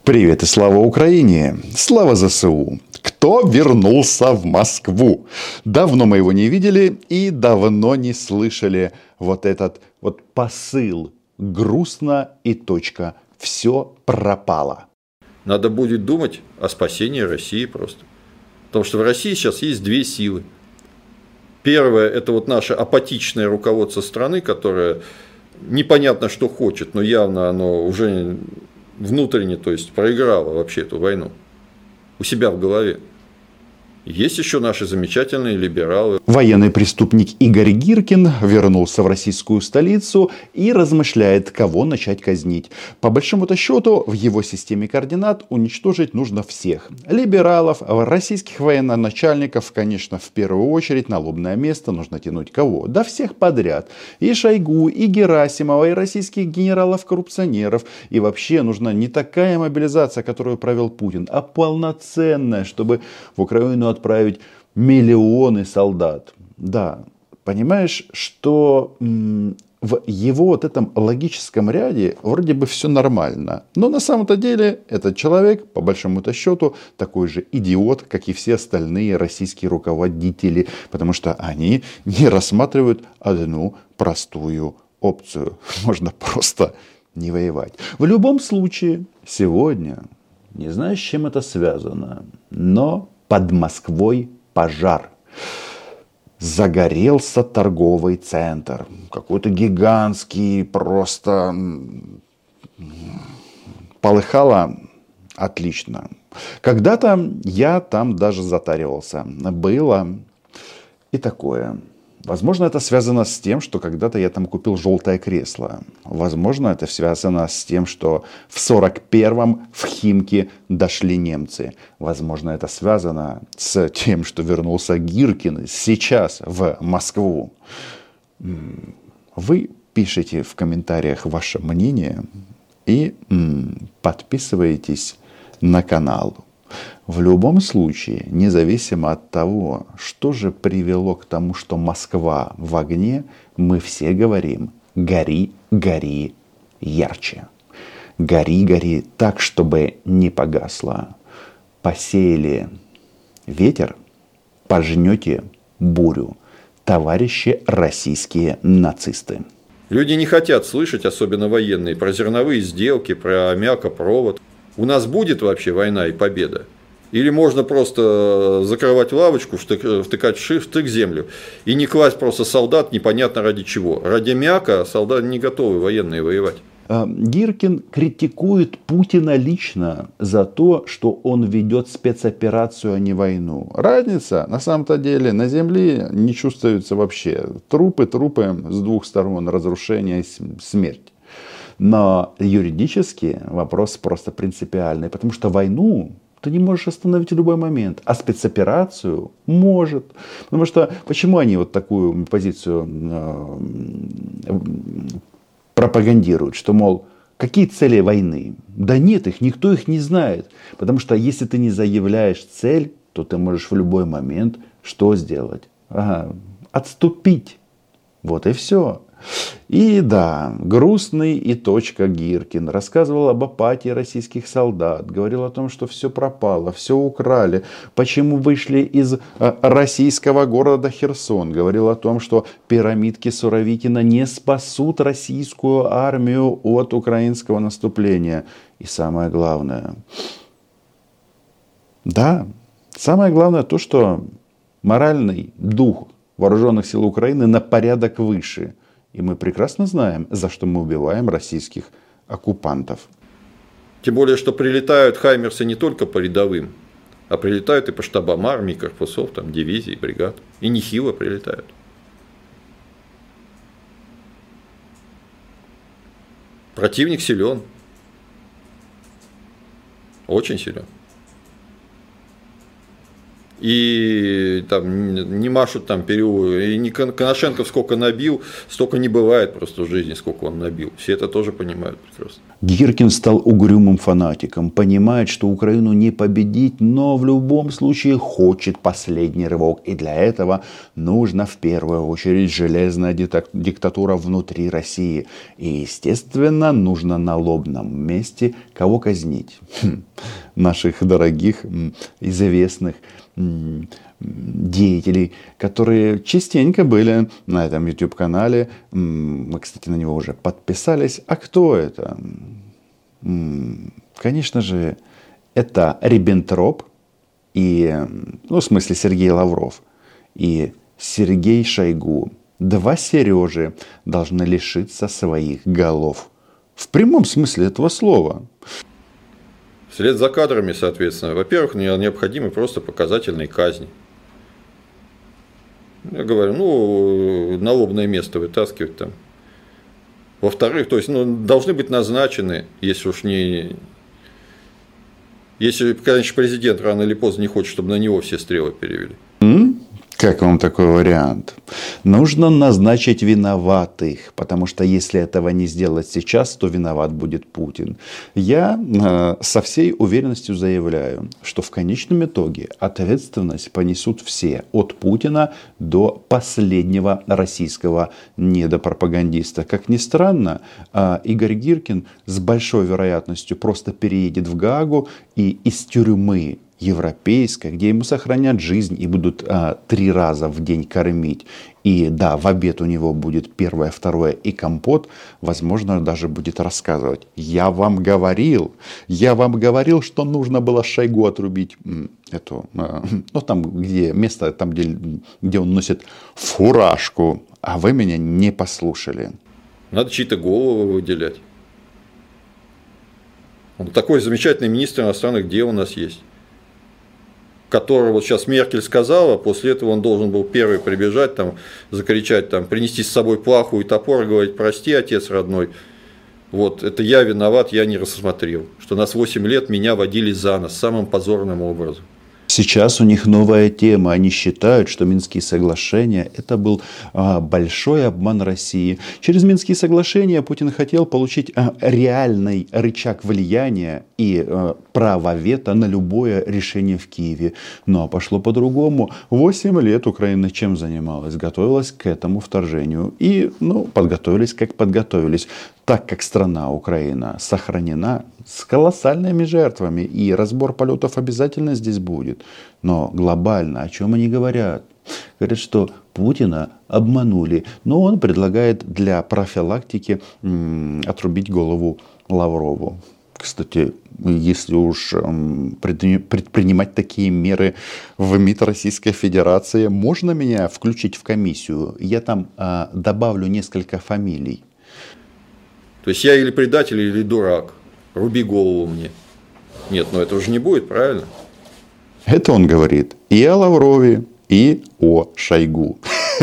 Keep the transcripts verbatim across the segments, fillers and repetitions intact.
Привет и слава Украине! Слава ЗСУ! Кто вернулся в Москву? Давно мы его не видели и давно не слышали вот этот вот посыл. Грустно и точка. Все пропало. Надо будет думать о спасении России просто. Потому что в России сейчас есть две силы. Первое – это вот наше апатичное руководство страны, которое непонятно что хочет, но явно оно уже внутренне, то есть проиграло вообще эту войну у себя в голове. Есть еще наши замечательные либералы. Военный преступник Игорь Гиркин вернулся в российскую столицу и размышляет, кого начать казнить. По большому-то счету, в его системе координат уничтожить нужно всех. Либералов, российских военачальников, конечно, в первую очередь на лобное место нужно тянуть кого? Да всех подряд. И Шойгу, и Герасимова, и российских генералов-коррупционеров. И вообще нужна не такая мобилизация, которую провел Путин, а полноценная, чтобы в Украину отправить миллионы солдат. Да, понимаешь, что м- в его вот этом логическом ряде вроде бы все нормально. Но на самом-то деле этот человек, по большому-то счету, такой же идиот, как и все остальные российские руководители. Потому что они не рассматривают одну простую опцию. Можно просто не воевать. В любом случае, сегодня, не знаю, с чем это связано, но под Москвой пожар. Загорелся торговый центр. Какой-то гигантский, просто полыхало отлично. Когда-то я там даже затаривался. Было и такое. Возможно, это связано с тем, что когда-то я там купил желтое кресло. Возможно, это связано с тем, что в сорок первом в Химки дошли немцы. Возможно, это связано с тем, что вернулся Гиркин сейчас в Москву. Вы пишите в комментариях ваше мнение и подписывайтесь на канал. В любом случае, независимо от того, что же привело к тому, что Москва в огне, мы все говорим: гори, гори ярче. Гори, гори так, чтобы не погасло. Посеяли ветер, пожнете бурю. Товарищи российские нацисты. Люди не хотят слышать, особенно военные, про зерновые сделки, про аммиакопровод. У нас будет вообще война и победа? Или можно просто закрывать лавочку, втыкать в штык землю и не класть просто солдат непонятно ради чего? Ради мяка солдаты не готовы военные воевать. Гиркин критикует Путина лично за то, что он ведет спецоперацию, а не войну. Разница на самом-то деле на земле не чувствуется вообще. Трупы, трупы с двух сторон, разрушение, смерть. Но юридически вопрос просто принципиальный, потому что войну ты не можешь остановить в любой момент, а спецоперацию может. Потому что почему они вот такую позицию э, пропагандируют, что, мол, какие цели войны? Да нет их, никто их не знает. Потому что если ты не заявляешь цель, то ты можешь в любой момент что сделать? Ага, отступить. Вот и все. И да, грустный и точка Гиркин рассказывал об апатии российских солдат, говорил о том, что все пропало, все украли, почему вышли из российского города Херсон, говорил о том, что пирамидки Суровикина не спасут российскую армию от украинского наступления. И самое главное, да, самое главное то, что моральный дух вооруженных сил Украины на порядок выше. И мы прекрасно знаем, за что мы убиваем российских оккупантов. Тем более, что прилетают хаймерсы не только по рядовым, а прилетают и по штабам армии, корпусов, там, дивизий, бригад. И нехило прилетают. Противник силен. Очень силен. и там не машут там переу, и не Коношенков сколько набил, столько не бывает просто в жизни, сколько он набил. Все это тоже понимают прекрасно. Гиркин стал угрюмым фанатиком, понимает, что Украину не победить, но в любом случае хочет последний рывок. И для этого нужно в первую очередь железная диктатура внутри России. И, естественно, нужно на лобном месте кого казнить? Хм, наших дорогих, известных деятелей, которые частенько были на этом YouTube-канале. Мы, кстати, на него уже подписались. А кто это? Конечно же, это Риббентроп и, ну, в смысле, Сергей Лавров и Сергей Шойгу. Два Сережи должны лишиться своих голов. В прямом смысле этого слова. Вслед за кадрами, соответственно, во-первых, необходимы просто показательные казни. Я говорю, ну, на лобное место вытаскивать там. Во-вторых, то есть, ну, должны быть назначены, если уж не... Если, конечно, президент рано или поздно не хочет, чтобы на него все стрелы перевели. Как вам такой вариант? Нужно назначить виноватых, потому что если этого не сделать сейчас, то виноват будет Путин. Я э, со всей уверенностью заявляю, что в конечном итоге ответственность понесут все, от Путина до последнего российского недопропагандиста. Как ни странно, э, Игорь Гиркин с большой вероятностью просто переедет в Гаагу и из тюрьмы европейской, где ему сохранят жизнь и будут а, три раза в день кормить. И да, в обед у него будет первое, второе и компот. Возможно, даже будет рассказывать: я вам говорил, я вам говорил, что нужно было Шойгу отрубить эту, а, ну там, где место, там, где, где он носит фуражку, а вы меня не послушали. Надо чьи-то головы выделять. Он такой замечательный министр иностранных дел у нас есть, который вот сейчас Меркель сказала, после этого он должен был первый прибежать, там, закричать, там, принести с собой плаху и топор и говорить: прости, отец родной, вот, это я виноват, я не рассмотрел, что нас восемь лет меня водили за нос самым позорным образом. Сейчас у них новая тема. Они считают, что Минские соглашения – это был а, большой обман России. Через Минские соглашения Путин хотел получить а, реальный рычаг влияния и а, право вето на любое решение в Киеве. Но пошло по-другому. Восемь лет Украина чем занималась? Готовилась к этому вторжению. И ну, подготовились, как подготовились. Так как страна Украина сохранена с колоссальными жертвами, и разбор полетов обязательно здесь будет. Но глобально о чем они говорят? Говорят, что Путина обманули, но он предлагает для профилактики м, отрубить голову Лаврову. Кстати, если уж предпринимать такие меры в МИД Российской Федерации, можно меня включить в комиссию? Я там а, добавлю несколько фамилий. То есть я или предатель, или дурак. Руби голову мне. Нет, ну это уже не будет, правильно? Это он говорит и о Лаврове, и о Шойгу.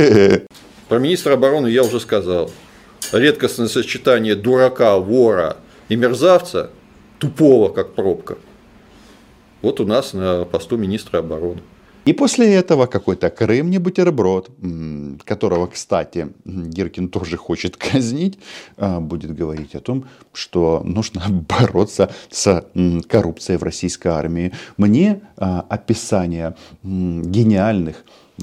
Про министра обороны я уже сказал. Редкостное сочетание дурака, вора и мерзавца, тупого как пробка. Вот у нас на посту министра обороны. И после этого какой-то Крым не бутерброд, которого, кстати, Гиркин тоже хочет казнить, будет говорить о том, что нужно бороться с коррупцией в российской армии. Мне описание гениальных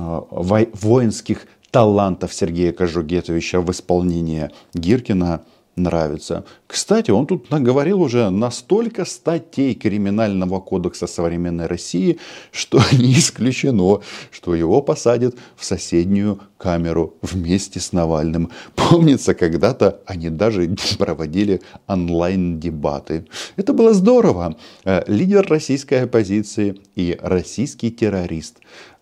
воинских талантов Сергея Кожугетовича в исполнении Гиркина нравится. Кстати, он тут наговорил уже настолько статей Криминального кодекса современной России, что не исключено, что его посадят в соседнюю камеру вместе с Навальным. Помнится, когда-то они даже проводили онлайн-дебаты. Это было здорово. Лидер российской оппозиции и российский террорист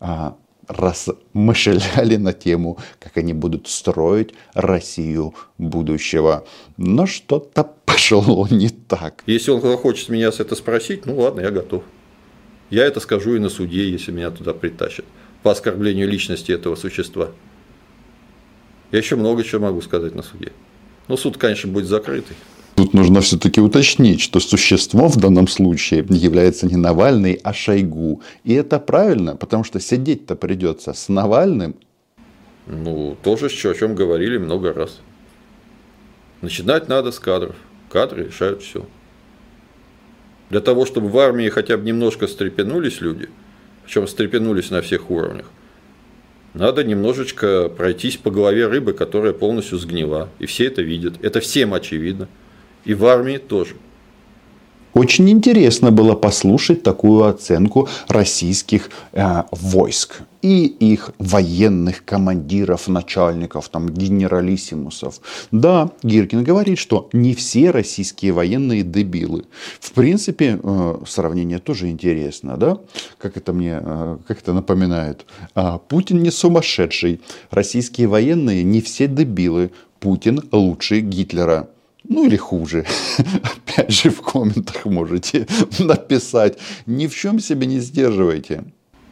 размышляли на тему, как они будут строить Россию будущего. Но что-то пошло не так. Если он захочет меня с это спросить, ну ладно, я готов. Я это скажу и на суде, если меня туда притащат. По оскорблению личности этого существа. Я еще много чего могу сказать на суде. Но суд, конечно, будет закрытый. Тут нужно все-таки уточнить, что существом в данном случае является не Навальный, а Шойгу. И это правильно, потому что сидеть-то придется с Навальным. Ну, тоже о чем говорили много раз. Начинать надо с кадров. Кадры решают все. Для того, чтобы в армии хотя бы немножко встрепенулись люди, причем встрепенулись на всех уровнях, надо немножечко пройтись по голове рыбы, которая полностью сгнила. И все это видят. Это всем очевидно. И в армии тоже. Очень интересно было послушать такую оценку российских э, войск и их военных командиров, начальников, там, генералиссимусов. Да, Гиркин говорит, что не все российские военные дебилы. В принципе, э, сравнение тоже интересно, да? Как это мне, э, как это напоминает? А, Путин не сумасшедший. Российские военные не все дебилы. Путин лучше Гитлера. Ну или хуже. Опять же в комментах можете написать. Ни в чем себе не сдерживайте.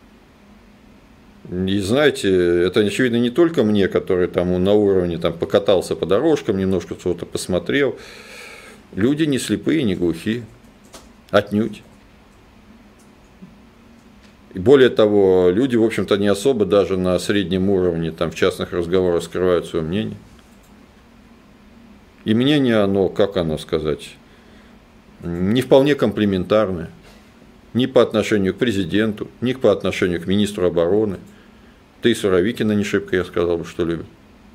И знаете, это очевидно не только мне, который там на уровне там, покатался по дорожкам, немножко что-то посмотрел. Люди не слепые, не глухие. Отнюдь. И более того, люди, в общем-то, не особо даже на среднем уровне, там, в частных разговорах скрывают свое мнение. И мнение оно, как оно сказать, не вполне комплиментарное. Ни по отношению к президенту, ни по отношению к министру обороны. Да и Суровикина не шибко, я сказал бы, что любит.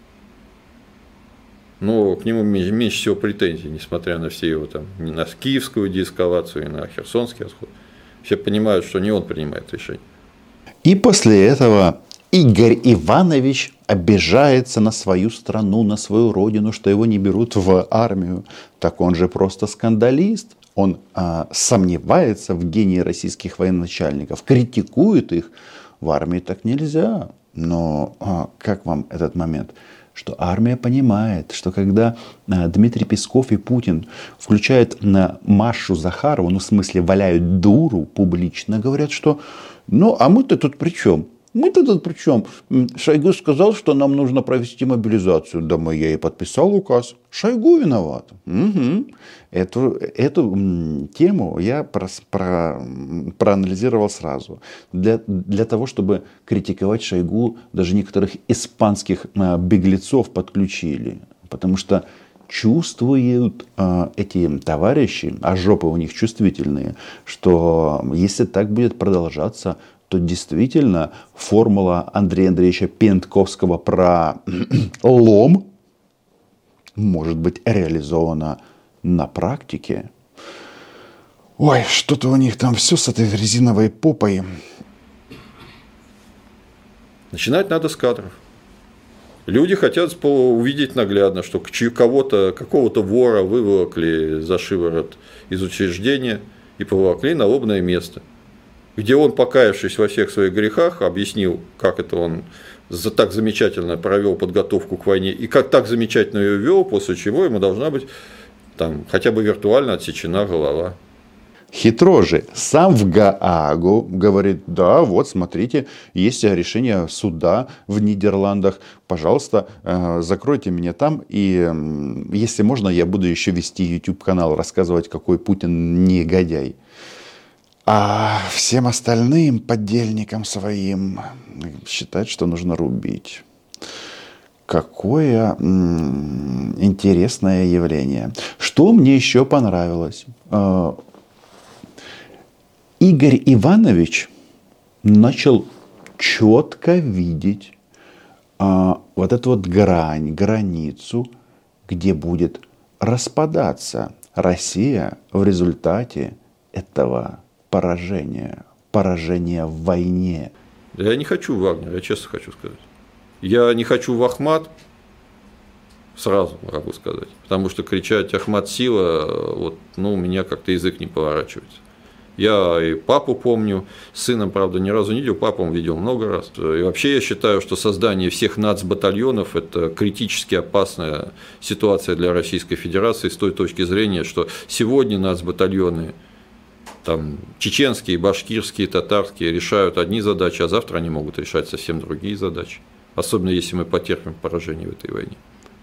Но к нему меньше всего претензий, несмотря на все его там, не на киевскую деэскалацию, и на Херсонский расход. Все понимают, что не он принимает решение. И после этого Игорь Иванович обижается на свою страну, на свою родину, что его не берут в армию. Так он же просто скандалист. Он а, сомневается в гении российских военачальников, критикует их. В армии так нельзя. Но а, как вам этот момент? Что армия понимает, что когда а, Дмитрий Песков и Путин включают на Машу Захарову, ну в смысле валяют дуру публично, говорят, что ну а мы-то тут при чем? Мы-то тут при чем? Шойгу сказал, что нам нужно провести мобилизацию. Да мы я и подписал указ. Шойгу виноват. Угу. Эту, эту тему я про, про, проанализировал сразу. Для, для того, чтобы критиковать Шойгу, даже некоторых испанских беглецов подключили. Потому что чувствуют э, эти товарищи, а жопы у них чувствительные, что если так будет продолжаться, то действительно формула Андрея Андреевича Пентковского про лом может быть реализована на практике. Ой, что-то у них там все с этой резиновой попой. Начинать надо с кадров. Люди хотят увидеть наглядно, что кого-то, какого-то вора выволокли за шиворот из учреждения и поволокли на лобное место, где он, покаявшись во всех своих грехах, объяснил, как это он так замечательно провел подготовку к войне и как так замечательно ее вел, после чего ему должна быть там, хотя бы виртуально отсечена голова. Хитро же. Сам в Гаагу говорит, да, вот смотрите, есть решение суда в Нидерландах, пожалуйста, закройте меня там, и если можно, я буду еще вести YouTube-канал, рассказывать, какой Путин негодяй. А всем остальным подельникам своим считать, что нужно рубить. Какое м- интересное явление. Что мне еще понравилось? Игорь Иванович начал четко видеть а, вот эту вот грань, границу, где будет распадаться Россия в результате этого поражения, поражения в войне. Я не хочу Вагнера, я честно хочу сказать. Я не хочу в Ахмат, сразу могу сказать, потому что кричать «Ахмат сила», вот, ну, у меня как-то язык не поворачивается. Я и папу помню, с сыном, правда, ни разу не видел, папу видел много раз. И вообще я считаю, что создание всех нацбатальонов – это критически опасная ситуация для Российской Федерации с той точки зрения, что сегодня нацбатальоны, там, чеченские, башкирские, татарские решают одни задачи, а завтра они могут решать совсем другие задачи. Особенно если мы потерпим поражение в этой войне.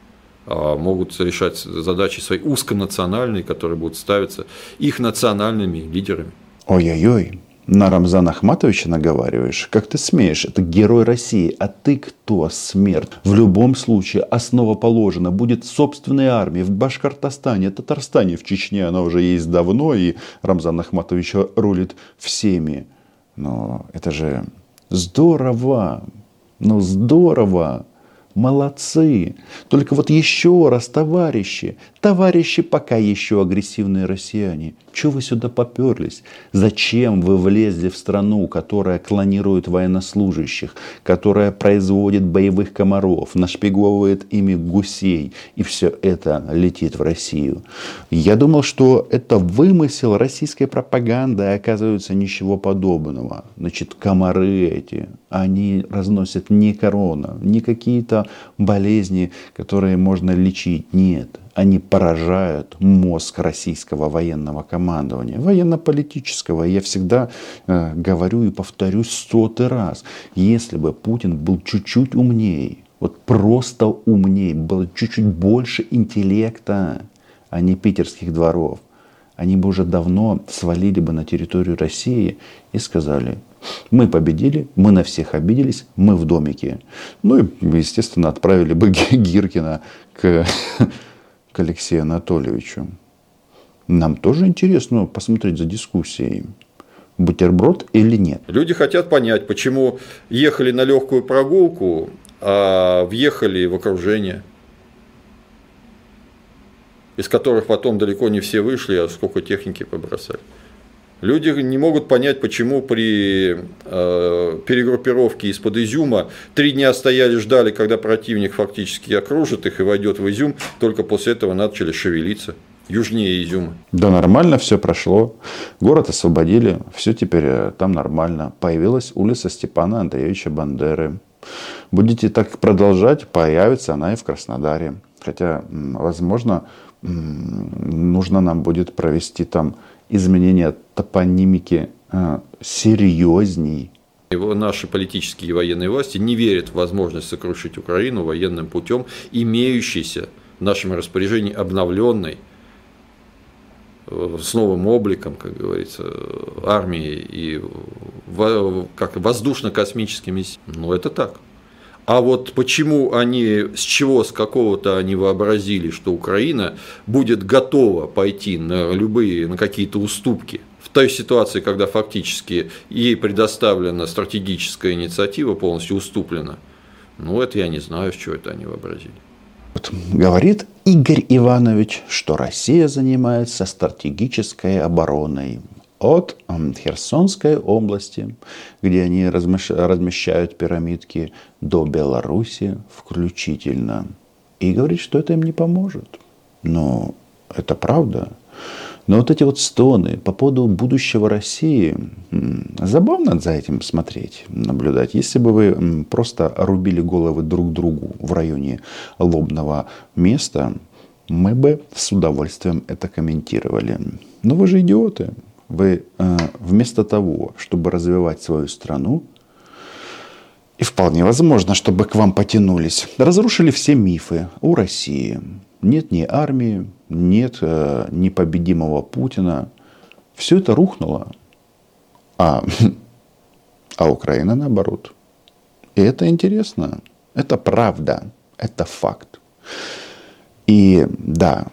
а могут решать задачи свои узконациональные, которые будут ставиться их национальными лидерами. Ой-ой-ой, на Рамзана Ахматовича наговариваешь? Как ты смеешь? Это герой России. А ты кто, смерть? В любом случае основа положена. Будет собственная армия в Башкортостане, Татарстане, в Чечне. Она уже есть давно, и Рамзан Ахматович рулит всеми. Но это же здорово. Ну здорово. Молодцы. Только вот еще раз, товарищи, товарищи пока еще агрессивные россияне, чего вы сюда поперлись? Зачем вы влезли в страну, которая клонирует военнослужащих, которая производит боевых комаров, нашпиговывает ими гусей, и все это летит в Россию? Я думал, что это вымысел российской пропаганды, а оказывается ничего подобного. Значит, комары эти, они разносят не корона, не какие-то болезни, которые можно лечить. Нет, они поражают мозг российского военного командования, военно-политического. Я всегда э, говорю и повторюсь сотый раз. Если бы Путин был чуть-чуть умнее, вот просто умнее, было чуть-чуть больше интеллекта, а не питерских дворов, они бы уже давно свалили бы на территорию России и сказали: мы победили, мы на всех обиделись, мы в домике. Ну и, естественно, отправили бы Гиркина к, к Алексею Анатольевичу. Нам тоже интересно посмотреть за дискуссией. Бутерброд или нет? Люди хотят понять, почему ехали на легкую прогулку, а въехали в окружение, из которых потом далеко не все вышли, а сколько техники побросали. Люди не могут понять, почему при э, перегруппировке из-под Изюма три дня стояли, ждали, когда противник фактически окружит их и войдет в Изюм, только после этого начали шевелиться южнее Изюма. Да нормально все прошло. Город освободили, все теперь там нормально. Появилась улица Степана Андреевича Бандеры. Будете так продолжать, появится она и в Краснодаре. Хотя, возможно, нужно нам будет провести там изменение топонимики э, серьезней. Его наши политические и военные власти не верят в возможность сокрушить Украину военным путем, имеющейся в нашем распоряжении обновленной, с новым обликом, как говорится, армии и как воздушно-космическими силами. Ну, это так. А вот почему они, с чего, с какого-то они вообразили, что Украина будет готова пойти на любые, на какие-то уступки в той ситуации, когда фактически ей предоставлена стратегическая инициатива, полностью уступлена, ну, это я не знаю, с чего это они вообразили. Вот говорит Игорь Иванович, что Россия занимается стратегической обороной от Херсонской области, где они размещают пирамидки, до Беларуси включительно. И говорит, что это им не поможет. Но это правда. Но вот эти вот стоны по поводу будущего России, забавно за этим смотреть, наблюдать. Если бы вы просто рубили головы друг другу в районе лобного места, мы бы с удовольствием это комментировали. Но вы же идиоты. Вы э, вместо того, чтобы развивать свою страну, и вполне возможно, чтобы к вам потянулись, разрушили все мифы о России. Нет ни армии, нет э, непобедимого Путина. Все это рухнуло. А, а Украина наоборот. И это интересно. Это правда. Это факт. И да,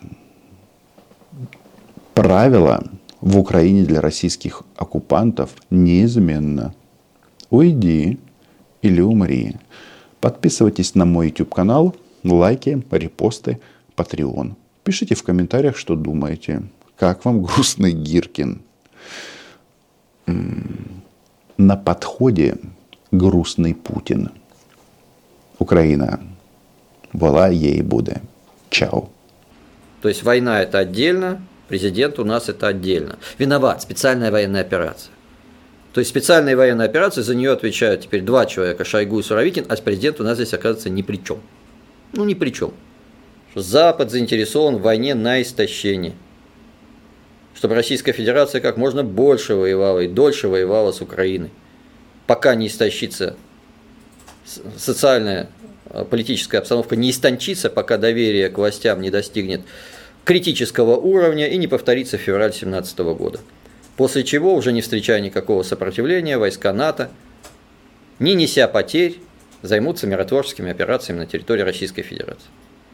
правило в Украине для российских оккупантов неизменно. Уйди или умри. Подписывайтесь на мой YouTube канал, лайки, репосты, Patreon. Пишите в комментариях, что думаете. Как вам грустный Гиркин? На подходе грустный Путин. Украина. Була, є і буде. Чао. То есть война это отдельно, президент у нас это отдельно. Виноват, специальная военная операция. То есть специальная военная операция, за нее отвечают теперь два человека, Шойгу и Суровикин, а президент у нас здесь оказывается ни при чем. Ну, ни при чем. Что Запад заинтересован в войне на истощение. Чтобы Российская Федерация как можно больше воевала и дольше воевала с Украиной. Пока не истощится социальная политическая обстановка не истончится, пока доверие к властям не достигнет критического уровня и не повторится февраль две тысячи семнадцатого года. После чего, уже не встречая никакого сопротивления, войска НАТО, не неся потерь, займутся миротворческими операциями на территории Российской Федерации.